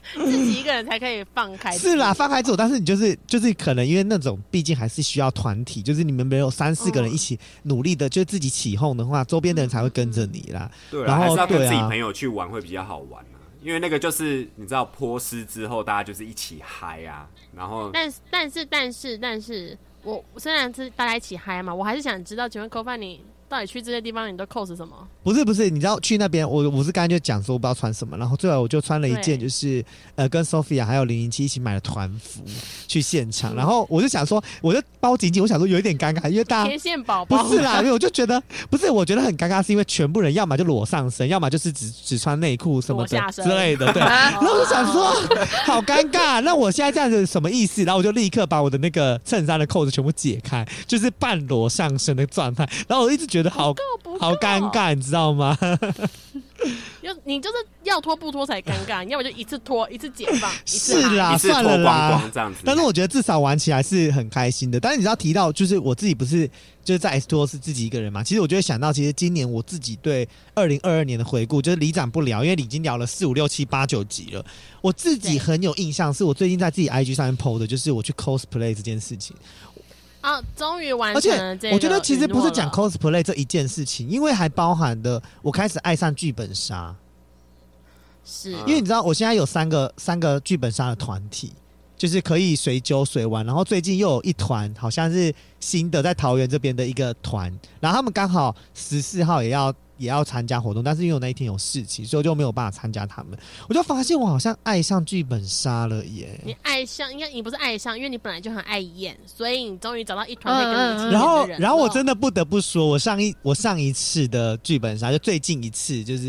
自己一个人才可以放开。
是啦，放开自我，但是你就是可能因为那种毕竟还是需要团体，就是你们没有3-4个人一起努力的，就自己起哄的话，周边的人才会跟着你啦。
对啦，还是要跟自己朋友去玩会比较好玩啊。因为那个就是你知道泼湿之后，大家就是一起嗨啊，然后
但是，我虽然是大家一起嗨嘛，我还是想知道，请问 Coffee 你到底去这些地方你都 cos 什么？不
是，你知道去那边我是刚才就讲说我不知道穿什么，然后最后我就穿了一件就是跟 Sophia 还有007一起买的团服去现场，然后我就想说我就包紧紧，我想说有一点尴尬，因为大家
天线宝宝
不是啦，因为我就觉得不是，我觉得很尴尬，是因为全部人要么就裸上身，要么就是只穿内裤什么的之类的，对。然后我就想说好尴尬，那我现在这样子什么意思？然后我就立刻把我的那个衬衫的扣子全部解开，就是半裸上身的状态，然后我一直觉得好尴尬，你知道吗？
你就是要脱不脱才尴尬，你要么就一次脱一次解放，
是啦，
算了啦，这样子。
但是我觉得至少玩起来是很开心的。但是你知道提到就是我自己不是就是在 S2O 是自己一个人嘛？其实我就会想到，其实今年我自己对2022年的回顾就是里长不聊，因为已经聊了4、5、6、7、8、9集了。我自己很有印象，是我最近在自己 IG 上面 PO 的，就是我去 cosplay 这件事情。
终于完成了这个。
而且我觉得其实不是讲 cosplay 这一件事情，因为还包含的我开始爱上剧本杀。
是
因为你知道我现在有三个剧本杀的团体，就是可以随揪随玩，然后最近又有一团好像是新的在桃园这边的一个团，然后他们刚好14号也要参加活动，但是因为我那一天有事情，所以我就没有办法参加他们。我就发现我好像爱上剧本杀了耶！
你爱上，应该你不是爱上，因为你本来就很爱演，所以你终于找到一团会跟你一起演的人。
然后我真的不得不说，我上一次的剧本杀就最近一次就是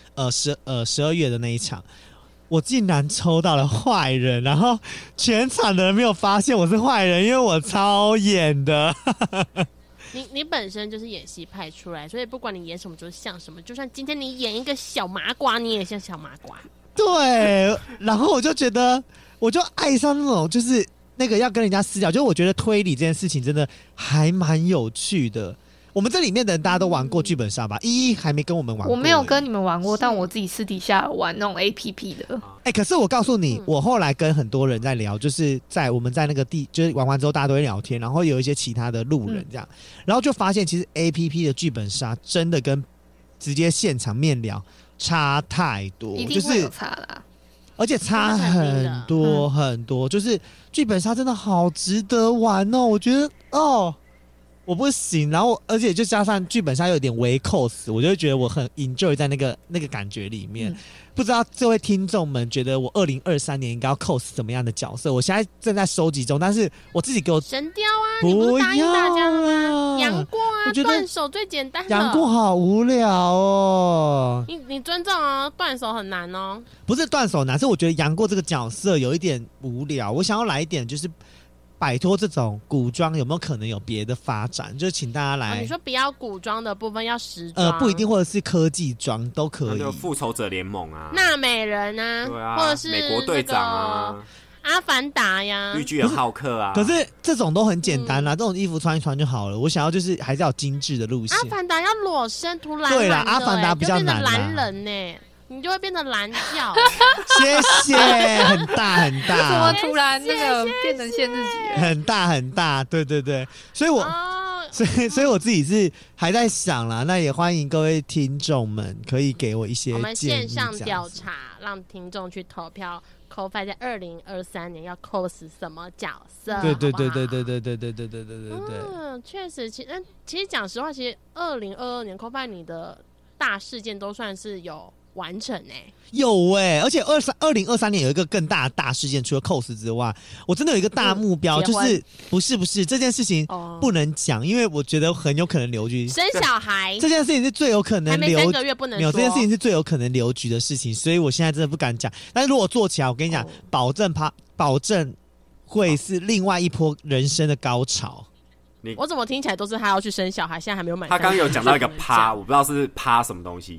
12月的那一场，我竟然抽到了坏人，然后全场的人没有发现我是坏人，因为我超演的。
你本身就是演戏派出来，所以不管你演什么就是像什么，就算今天你演一个小麻瓜，你也像小麻瓜。
对，然后我就觉得，我就爱上那种就是那个要跟人家私聊，就是我觉得推理这件事情真的还蛮有趣的。我们这里面的人大家都玩过剧本杀吧？依依还没跟我们玩过。
我没有跟你们玩过，但我自己私底下玩那种 APP 的。
可是我告诉你，我后来跟很多人在聊，就是我们在那个就是玩完之后大家都会聊天，然后有一些其他的路人这样，然后就发现其实 APP 的剧本杀真的跟直接现场面聊差太多，
一定会有差啦。
而且差很多很多，就是剧本杀真的好值得玩哦，我觉得我不行，然后而且就加上剧本杀有点微 cos， 我就会觉得我很 enjoy 在那个感觉里面。不知道这位听众们觉得我2023年应该要 cos 什么样的角色？我现在正在收集中，但是我自己给我
神雕啊，你不是答应大家了吗？杨过啊，断手最简单了。
杨过好无聊哦。
你尊重哦，断手很难哦。
不是断手难，是我觉得杨过这个角色有一点无聊，我想要来一点就是。摆脱这种古装有没有可能有别的发展？就是请大家来。
你说不要古装的部分，要时装。
不一定，或者是科技装都可以。
复仇者联盟啊，
娜美人啊，
对啊，
或者是
美国队长啊，
阿凡达呀，
绿巨人浩克啊。
可是这种都很简单啦，这种衣服穿一穿就好了。我想要就是还是要精致的路线。
阿凡达要裸身涂蓝，对
啦，阿凡达比较难啦，
蓝人呢。你就会变成蓝教，
谢谢，很大很大。
怎么突然那个变成限制级？
很大很大，对对对，所以所以我自己是还在想啦，那也欢迎各位听众们可以给我一些建议。
我们线上调查，让听众去投票。Coffee 在2023年要 cos 什么角色？
对对对
好不好
对对对对对对对对对对。
确实，其实讲实话，其实2022年 Coffee 你的大事件都算是有。完成
有而且2023年有一个更大的大事件，除了 cos 之外，我真的有一个大目标，就是不是这件事情不能讲，因为我觉得很有可能留局。
生小孩
这件事情是最有可能留，
还没3个月不能说。
没有，这件事情是最有可能留局的事情，所以我现在真的不敢讲。但是如果做起来，我跟你讲，保证会是另外一波人生的高潮。
我怎么听起来都是他要去生小孩，现在还没有买。
他刚刚有讲到一个趴，我不知道是趴什么东西。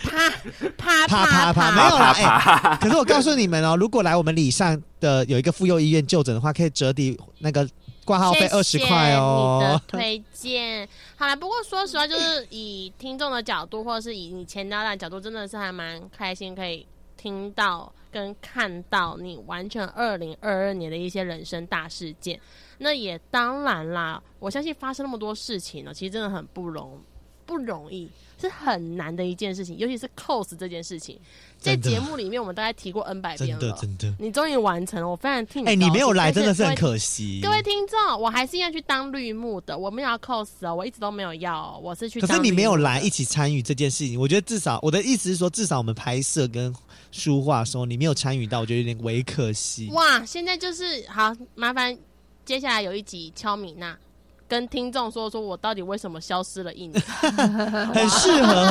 趴，
没有啦。可是我告诉你们哦，如果来我们里上的有一个妇幼医院就诊的话，可以折抵那个挂号费20块哦。
谢谢你的推荐。好了，不过说实话，就是以听众的角度，或者是以你前导的角度，真的是还蛮开心可以听到跟看到你完成2022年的一些人生大事件。那也当然啦，我相信发生那么多事情呢，其实真的很不容易，是很难的一件事情，尤其是 cos 这件事情，在节目里面我们大概提过 N 百遍了，
真的，
你终于完成了，我非常替你高兴。
你没有来真的是很可惜。
各位听众，我还是要去当绿幕的，我没有要 cos 哦，我一直都没有要我是去当绿幕的。
可是你没有来一起参与这件事情，我觉得至少我的意思是说，至少我们拍摄跟书画的时候你没有参与到，我觉得有点微可惜。
哇，现在就是好麻烦，接下来有一集敲米娜。跟听众说我到底为什么消失了1年，
很适合。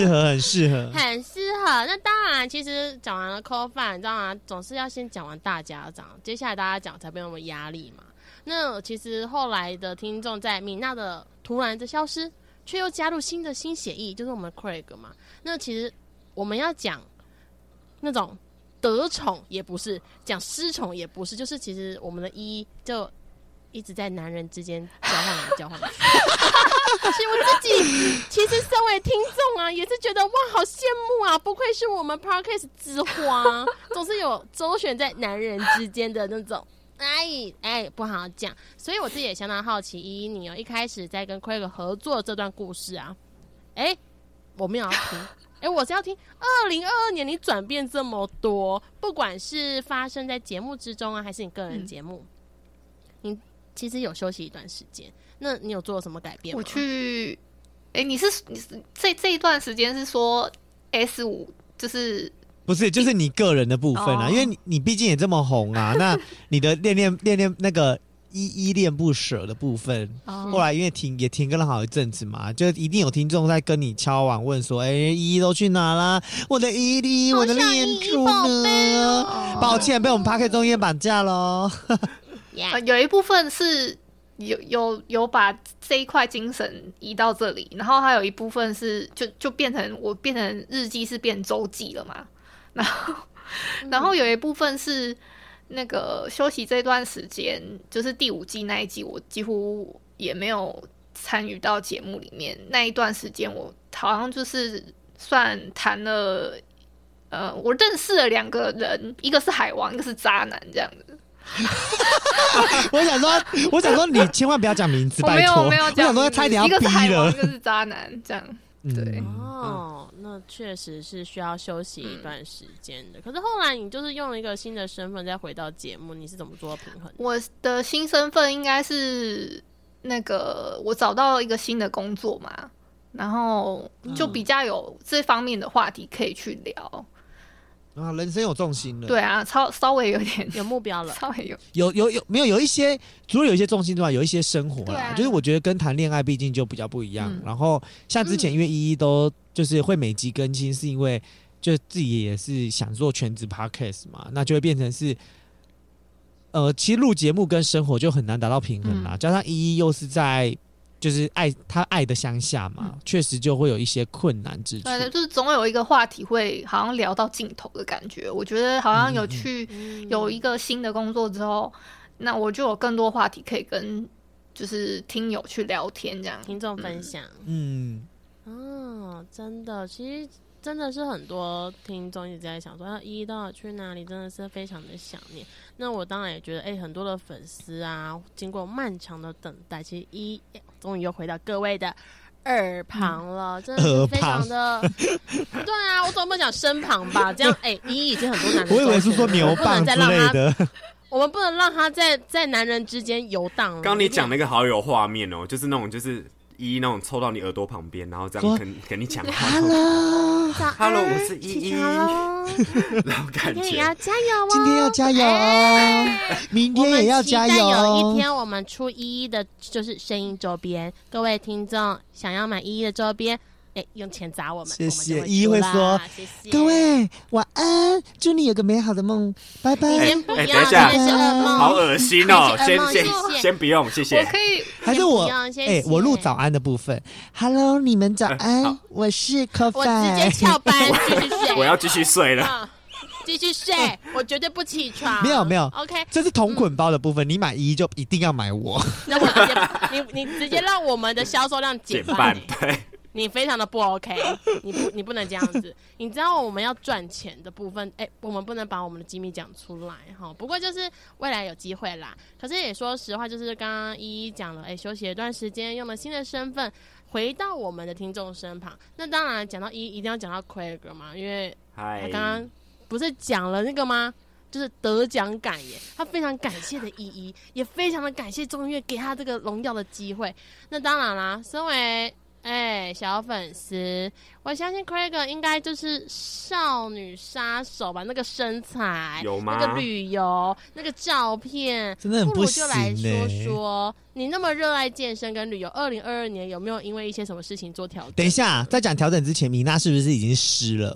那当然，其实讲完了 call饭，你知道吗？总是要先讲完大家讲，接下来大家讲才不用那么压力嘛。那其实后来的听众在米娜的突然的消失，却又加入新血液，就是我们 Craig 嘛。那其实我们要讲那种得宠也不是，讲失宠也不是，就是其实我们的就一直在男人之间交换。其实我自己其实身为听众啊，也是觉得哇，好羡慕啊！不愧是我们 Podcast 之花，总是有周旋在男人之间的那种，不好讲。所以我自己也相当好奇，依依你一开始在跟 Craig 合作这段故事啊，我没有要听。我是要听2022年你转变这么多，不管是发生在节目之中啊，还是你个人节目，你其实有休息一段时间，那你有做什么改变吗？
我去，你是这一段时间是说 S5 就是
不是就是你个人的部分啊？因为你毕竟也这么红啊，那你的练那个依恋不舍的部分，后来因为停更了好一阵子嘛，就一定有听众在跟你敲碗问说，依依都去哪啦？我的依依，我的念珠呢？抱歉，被我们 Podcast 中间绑架咯。
有一部分是有把这一块精神移到这里，然后还有一部分是就变成日记是变周记了嘛，然后有一部分是那个休息这段时间，就是第5季那一集，我几乎也没有参与到节目里面。那一段时间，我好像就是算谈了，我认识了2个人，一个是海王，一个是渣男，这样子。
我想说，你千万不要讲名字，拜托。
我没有讲名字，
我想说，差一点要逼了。
一个是海王，一个是渣男，这样。对
那确实是需要休息一段时间的。可是后来你就是用一个新的身份再回到节目，你是怎么做平衡的？
我的新身份应该是那个我找到一个新的工作嘛，然后就比较有这方面的话题可以去聊。
人生有重心了。
对啊，稍微有点
有目标了，
稍微
有一些，除了有一些重心之外，有一些生活啦。
啊、
就是我觉得跟谈恋爱毕竟就比较不一样。然后像之前因为依依都就是会每集更新，是因为就自己也是想做全职 podcast 嘛，那就会变成是其实录节目跟生活就很难达到平衡啦。加上依依又是在就是他爱的乡下嘛，确实就会有一些困难之处。
对，就是总有一个话题会好像聊到尽头的感觉。我觉得好像有一个新的工作之后，那我就有更多话题可以跟就是听友去聊天，这样
听众分享。真的，其实真的是很多听众一直在想说，依依到底去哪里，真的是非常的想念。那我当然也觉得，很多的粉丝啊，经过漫长的等待，其实依依终于又回到各位的耳旁了，真的是非常的。对啊，我总不能讲身旁吧？这样，依依已经很多男人，
我以为是说牛蒡之类的。
我们不能让他在男人之间游荡了。
刚你讲那个好有画面哦，就是那种就是依依那种凑到你耳朵旁边，然后这样跟你讲话。Hello， 我是依依。那种感觉。
今天也要加油哦！
今天要加油哦！明天也要加油哦！
有一天我们出依依的就是声音周边，各位听众想要买依依的周边。用钱砸我们，
谢谢。
我们
依依会说，
谢谢
各位晚安，祝你有个美好的梦，拜拜。
等一下，好恶心哦！先不用，谢谢。
我可以，
还是我录早安的部分。Hello， 你们早安，我是 Coffee。
我直接翘班继续睡，
我要继续睡了。
继续睡，我绝对不起床。
没有
，OK，
这是同捆包的部分，你买依依就一定要买我。
那我直接，你直接让我们的销售量减半。
对。
你非常的不 OK， 你不能这样子。你知道我们要赚钱的部分，我们不能把我们的机密讲出来哈。不过就是未来有机会啦。可是也说实话，就是刚刚依依讲了，休息了一段时间，用了新的身份回到我们的听众身旁。那当然讲到依依，一定要讲到 Craig 嘛，因为他刚刚不是讲了那个吗？就是得奖感言，他非常感谢的依依，也非常的感谢中音乐给他这个荣耀的机会。那当然啦，身为小粉丝，我相信 Craig 应该就是少女杀手吧？那个身材，
有吗？
那个旅游，那个照片，
真的很不行
不如就来说说，你那么热爱健身跟旅游，2022年有没有因为一些什么事情做调整？
等一下，在讲调整之前，米娜是不是已经湿了？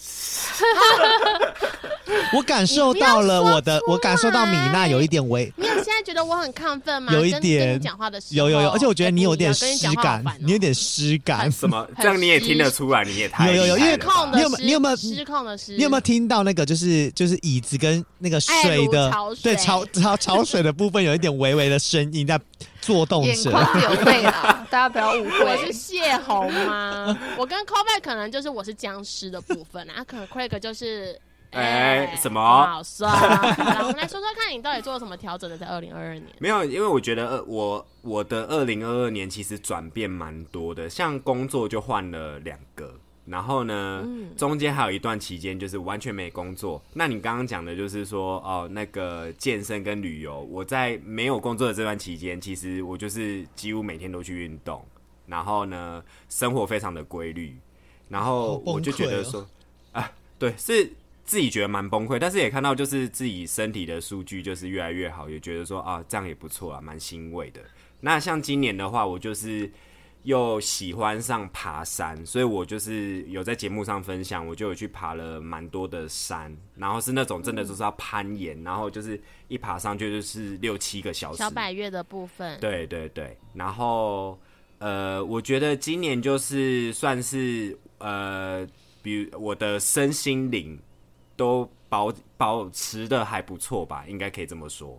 我感受到了我感受到米娜有一点
你有现在觉得我很亢奋吗？
有一点
跟你讲话的时候
有，而且我觉得你有点湿感，
你
有点湿感。
什么？这样你也听得出来？你也太
有，因为你有没有
失控的湿？
你有没有听到那个就是椅子跟那个水的对潮水的部分有一点微微的声音在作动着，
眼眶流泪啦，大家不要误会。
我是泄洪吗？我跟 Kobe 可能就是我是僵尸的部分啊，可能 Craig 就是
什么？
好帅！我们来说说看你到底做了什么调整的，在2022年。
没有，因为我觉得我的2022年其实转变蛮多的，像工作就换了2个。然后呢，中间还有一段期间就是完全没工作。那你刚刚讲的就是说，那个健身跟旅游，我在没有工作的这段期间，其实我就是几乎每天都去运动，然后呢，生活非常的规律。然后我就觉得说，对，是自己觉得蛮崩溃，但是也看到就是自己身体的数据就是越来越好，也觉得说这样也不错啊，蛮欣慰的。那像今年的话，我就是又喜欢上爬山，所以我就是有在节目上分享，我就有去爬了蛮多的山，然后是那种真的就是要攀岩，然后就是一爬上去就是6-7个小时。
小百岳的部分。
对对对，然后我觉得今年就是算是比如我的身心灵都保持的还不错吧，应该可以这么说。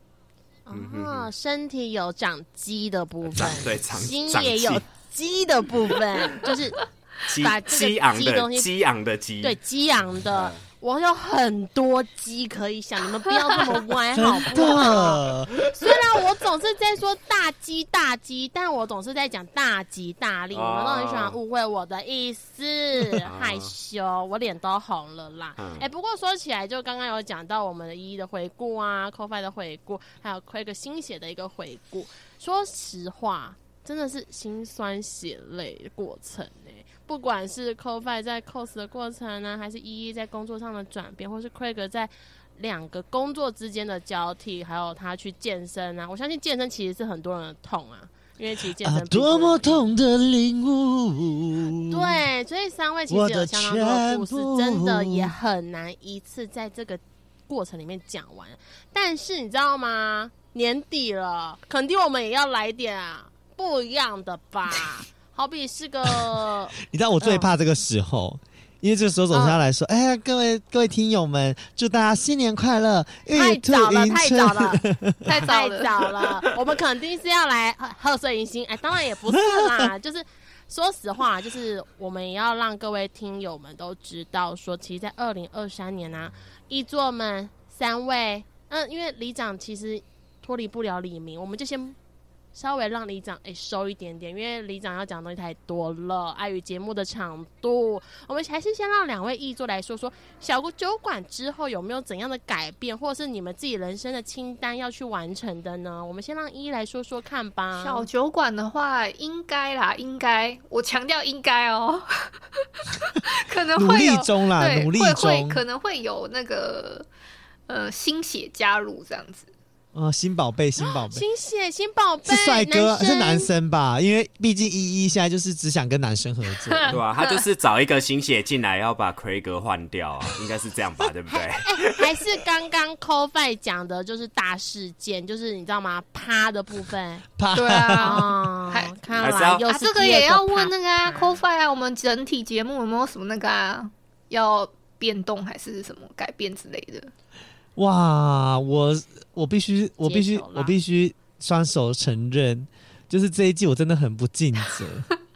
身体有长肌的部分，
对，
心也有肌的部分，就是把这个肌东西，
激昂的肌，
对，激昂的。我有很多鸡可以想，你们不要这么歪好不好？虽然我总是在说大鸡大鸡，但我总是在讲大吉大利，你们都很喜欢误会我的意思，害羞，我脸都红了啦。不过说起来，就刚刚有讲到我们的依依的回顾啊 ，Ko-Fi 的回顾，还有 Craig 新写的一个回顾。说实话，真的是心酸血泪的过程不管是 Ko-Fi 在 cos 的过程呢，还是依依在工作上的转变，或是 Craig 在2个工作之间的交替，还有他去健身啊，我相信健身其实是很多人的痛啊，因为其实健身
多么痛的领悟。
对，所以3位其实有相当多的故事，真的也很难一次在这个过程里面讲完。但是你知道吗？年底了，肯定我们也要来点不一样的吧。好比是个，
你知道我最怕这个时候，因为这个时候总是要来说，各位听友们，祝大家新年快乐！
太早了，
太早
了，我们肯定是要来贺岁迎新，当然也不是啦，就是说实话，就是我们也要让各位听友们都知道说，其实，在2023年啊，一作们3位，因为里长其实脱离不了里民，我们就先稍微让里长收一点点，因为里长要讲的东西太多了，碍于节目的长度，我们还是先让2位议座来说说小酒馆之后有没有怎样的改变，或是你们自己人生的清单要去完成的呢？我们先让依依来说说看吧。
小酒馆的话，应该啦，应该，我强调应该哦，可能会有
努力中啦，努力中，
可能会有那个新血加入这样子。
新宝贝，新宝贝，
新宝贝
是帅哥，是男生吧？因为毕竟依依现在就是只想跟男生合作，
对吧？他就是找一个新血进来，要把 Craig 换掉啊，应该是这样吧，对不对？
还是刚刚 Ko-Fi 讲的就是大事件，就是你知道吗？趴的部分，
对啊，
看来又是
这个也要问那个Ko-Fi 啊，我们整体节目有没有什么那个要变动还是什么改变之类的？
哇，我必须双手承认，就是这一季我真的很不尽责。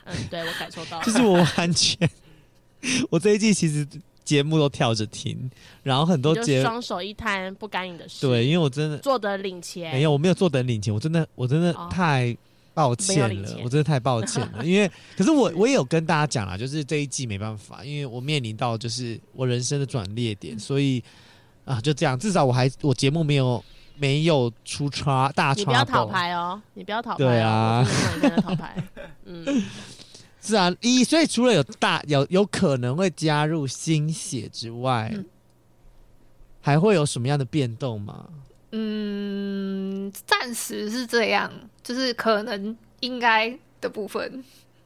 对我感受到了，
就是我完全，我这一季其实节目都跳着听，然后很多
就双手一摊，不干你的事。
对，因为我真的
坐等领钱，
没有，我没有坐等领钱，我真的太抱歉了，我真的太抱歉了。因为可是我也有跟大家讲啦，就是这一季没办法，因为我面临到就是我人生的转捩点，所以啊就这样，至少我节目没有出大 trouble。
你不要讨牌哦，你不要讨牌、哦。
对啊，
我真的讨牌。
是啊，所以除了有可能会加入新血之外，还会有什么样的变动吗？
暂时是这样，就是可能应该的部分。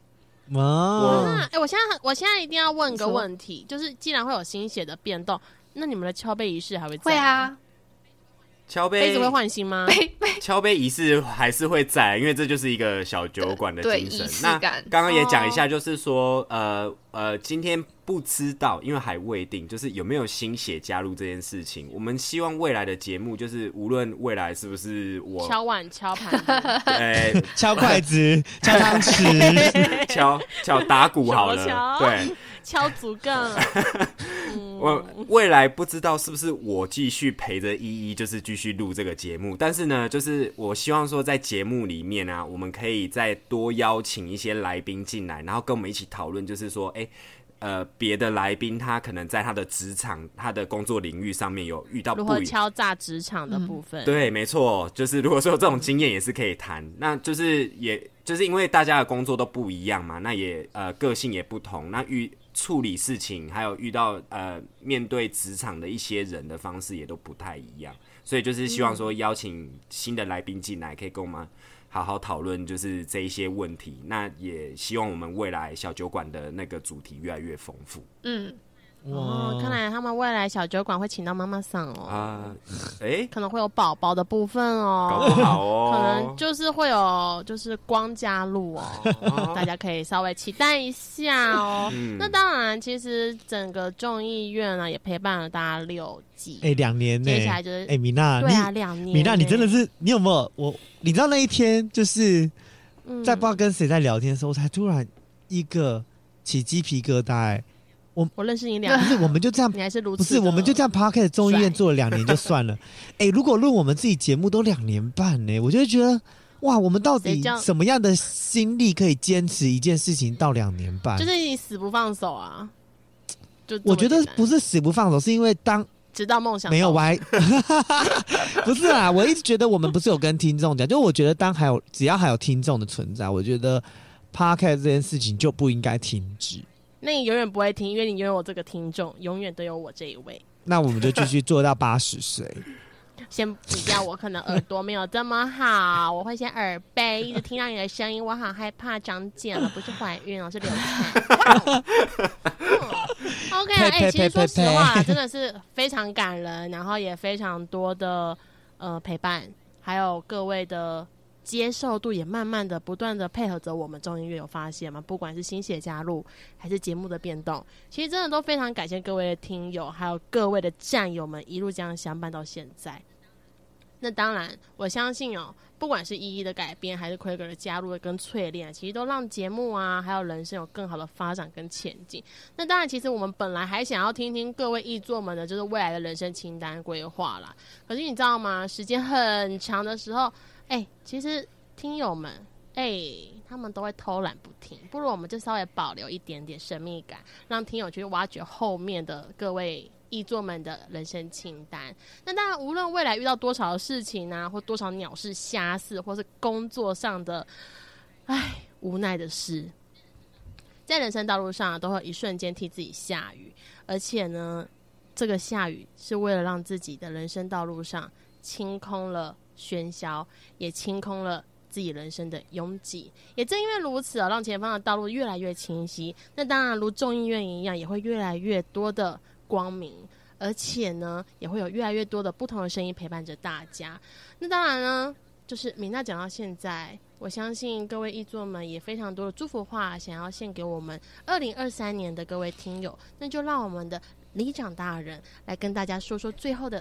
我现在一定要问个问题，就是既然会有新血的变动，那你们的敲杯仪式还会在吗？
会啊。
杯子会换新吗？
敲杯仪式还是会在，因为这就是一个小酒馆的精神。那刚刚也讲一下，就是说，今天不知道，因为还未定，就是有没有新血加入这件事情。我们希望未来的节目，就是无论未来是不是我
敲碗、敲盘子、
敲筷子、敲汤匙、
敲打鼓好了，对，
敲竹杠。
我未来不知道是不是我继续陪着依依，就是继续录这个节目。但是呢，就是我希望说，在节目里面啊，我们可以再多邀请一些来宾进来，然后跟我们一起讨论，就是说，别的来宾他可能在他的职场、他的工作领域上面有遇到
如何敲诈职场的部分。
对，没错，就是如果说有这种经验也是可以谈。那就是就是因为大家的工作都不一样嘛，那也个性也不同，那处理事情还有遇到面对职场的一些人的方式也都不太一样，所以就是希望说邀请新的来宾进来，可以跟我们好好讨论就是这一些问题。那也希望我们未来小酒馆的那个主题越来越丰富。
看来他们未来小酒馆会请到妈妈桑哦。可能会有宝宝的部分哦，
搞不好哦，
可能就是会有就是光加入哦，大家可以稍微期待一下哦。那当然，其实整个众议院呢也陪伴了大家6季
，2年呢。
接下来就是
米娜，
对啊，2年。
米娜，你真的是，你有没有你知道那一天就是在不知道跟谁在聊天的时候，才突然一个起鸡皮疙瘩。
我认识你2年，
不是我们就这样，
你还是如此，
不是我们就这样 Podcast 众议院做了2年就算了。如果论我们自己节目都2年半呢，我就会觉得哇，我们到底什么样的心力可以坚持一件事情到2年半？
就是你死不放手啊！
我觉得不是死不放手，是因为
直到梦想
没有歪，不是啦，我一直觉得我们不是有跟听众讲，就我觉得只要还有听众的存在，我觉得 Podcast 这件事情就不应该停止。
那你永远不会听，因为你拥有这个听众，永远都有我这一位。
那我们就继续做到80岁。
先不要，我可能耳朵没有这么好，我会先耳背，一直听到你的声音，我好害怕长茧了，不是怀孕了，是流产。OK， 其实说实话，真的是非常感人，然后也非常多的陪伴，还有各位的接受度也慢慢的不断的配合着我们众议院，有发现吗？不管是新血加入还是节目的变动，其实真的都非常感谢各位的听友还有各位的战友们一路这样相伴到现在。那当然我相信不管是依依的改变还是奎格的加入跟淬炼，其实都让节目啊还有人生有更好的发展跟前进。那当然其实我们本来还想要听听各位议座们的就是未来的人生清单规划啦，可是你知道吗，时间很长的时候其实听友们他们都会偷懒不听，不如我们就稍微保留一点点神秘感，让听友去挖掘后面的各位议座们的人生清单。那当然无论未来遇到多少的事情啊，或多少鸟事瞎事，或是工作上的无奈的事，在人生道路上都会一瞬间替自己下雨，而且呢这个下雨是为了让自己的人生道路上清空了喧嚣，也清空了自己人生的拥挤，也正因为如此让前方的道路越来越清晰。那当然如众议院一样，也会越来越多的光明，而且呢也会有越来越多的不同的声音陪伴着大家。那当然呢就是米娜讲到现在，我相信各位议座们也非常多的祝福话想要献给我们2023年的各位听友，那就让我们的里长大人来跟大家说说最后的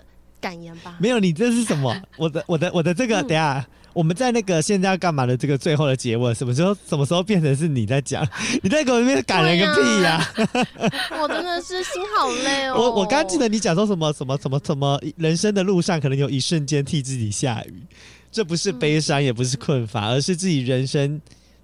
感言吧。
没有，你这是什么？我的这个，等一下。我们在那个现在要干嘛的这个最后的结尾，什么时候变成是你在讲？你在给我那边感人个屁呀！
我真的是心好累哦。
我刚记得你讲说什么人生的路上可能有一瞬间替自己下雨，这不是悲伤，也不是困乏，而是自己人生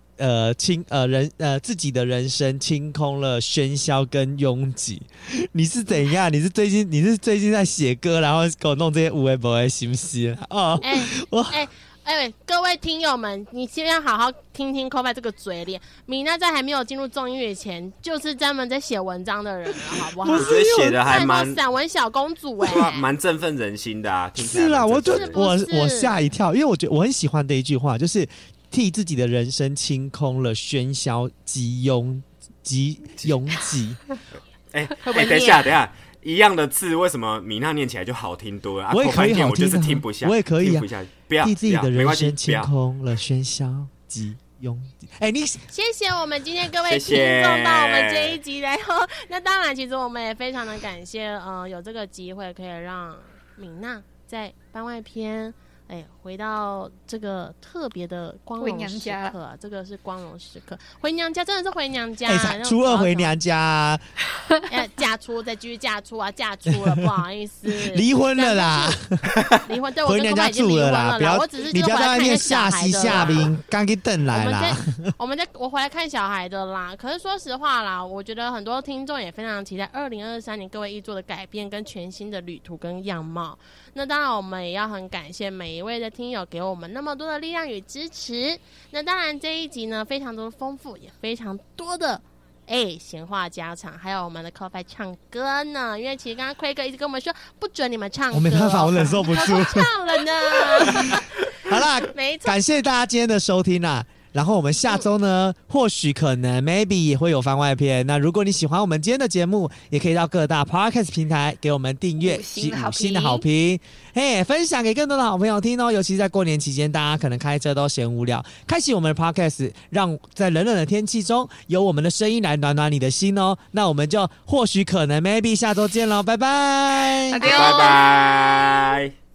自己的人生清空了喧嚣跟拥挤。你是怎样？你是最近在写歌，然后给我弄这些有的没的行不行？哦，
各位听友们，你先要好好听听 Kobe 这个嘴脸。米娜在还没有进入众音乐前，就是专门在写文章的人了，好不好？
我觉得写的还蛮
散文小公主
蛮振奋人心的啊。
是啦，我吓一跳，因为我觉得我很喜欢的一句话，就是替自己的人生清空了喧嚣及拥挤。
等一下。一样的字，为什么米娜念起来就好听多了？
我也可以好听，
我就是听不下，
我也可以啊。
不要，
替自己的人生清空了喧嚣及拥挤。
谢谢我们今天各位听众到我们这一集，然后那当然，其实我们也非常的感谢，有这个机会可以让米娜在番外篇。回到这个特别的光荣时刻啊，这个是光荣时刻。回娘家真的是回娘家，
初二回娘家，
嫁出再继续嫁出啊，嫁出了，不好意思，
离婚了啦，
离婚，对，我跟公公已经离婚了啦。我只是回来看一下小孩的啦。
刚给邓来啦，
我回来看小孩的啦。可是说实话啦，我觉得很多听众也非常期待2023年各位一做的改变跟全新的旅途跟样貌。那当然，我们也要很感谢每一位的听友给我们那么多的力量与支持。那当然，这一集呢非常多丰富，也非常多的闲话家常，还有我们的 Kobe 唱歌呢。因为其实刚刚奎哥一直跟我们说不准你们唱歌，
我没办法，我忍受不住，
唱了呢。
好啦，
没错，
感谢大家今天的收听啦。然后我们下周呢，或许可能 maybe 也会有番外篇。那如果你喜欢我们今天的节目，也可以到各大 podcast 平台给我们订阅及5星的好评，分享给更多的好朋友听哦。尤其是在过年期间，大家可能开车都嫌无聊，开启我们的 podcast， 让在冷冷的天气中有我们的声音来暖暖你的心哦。那我们就或许可能 maybe 下周见喽，拜拜，
拜拜。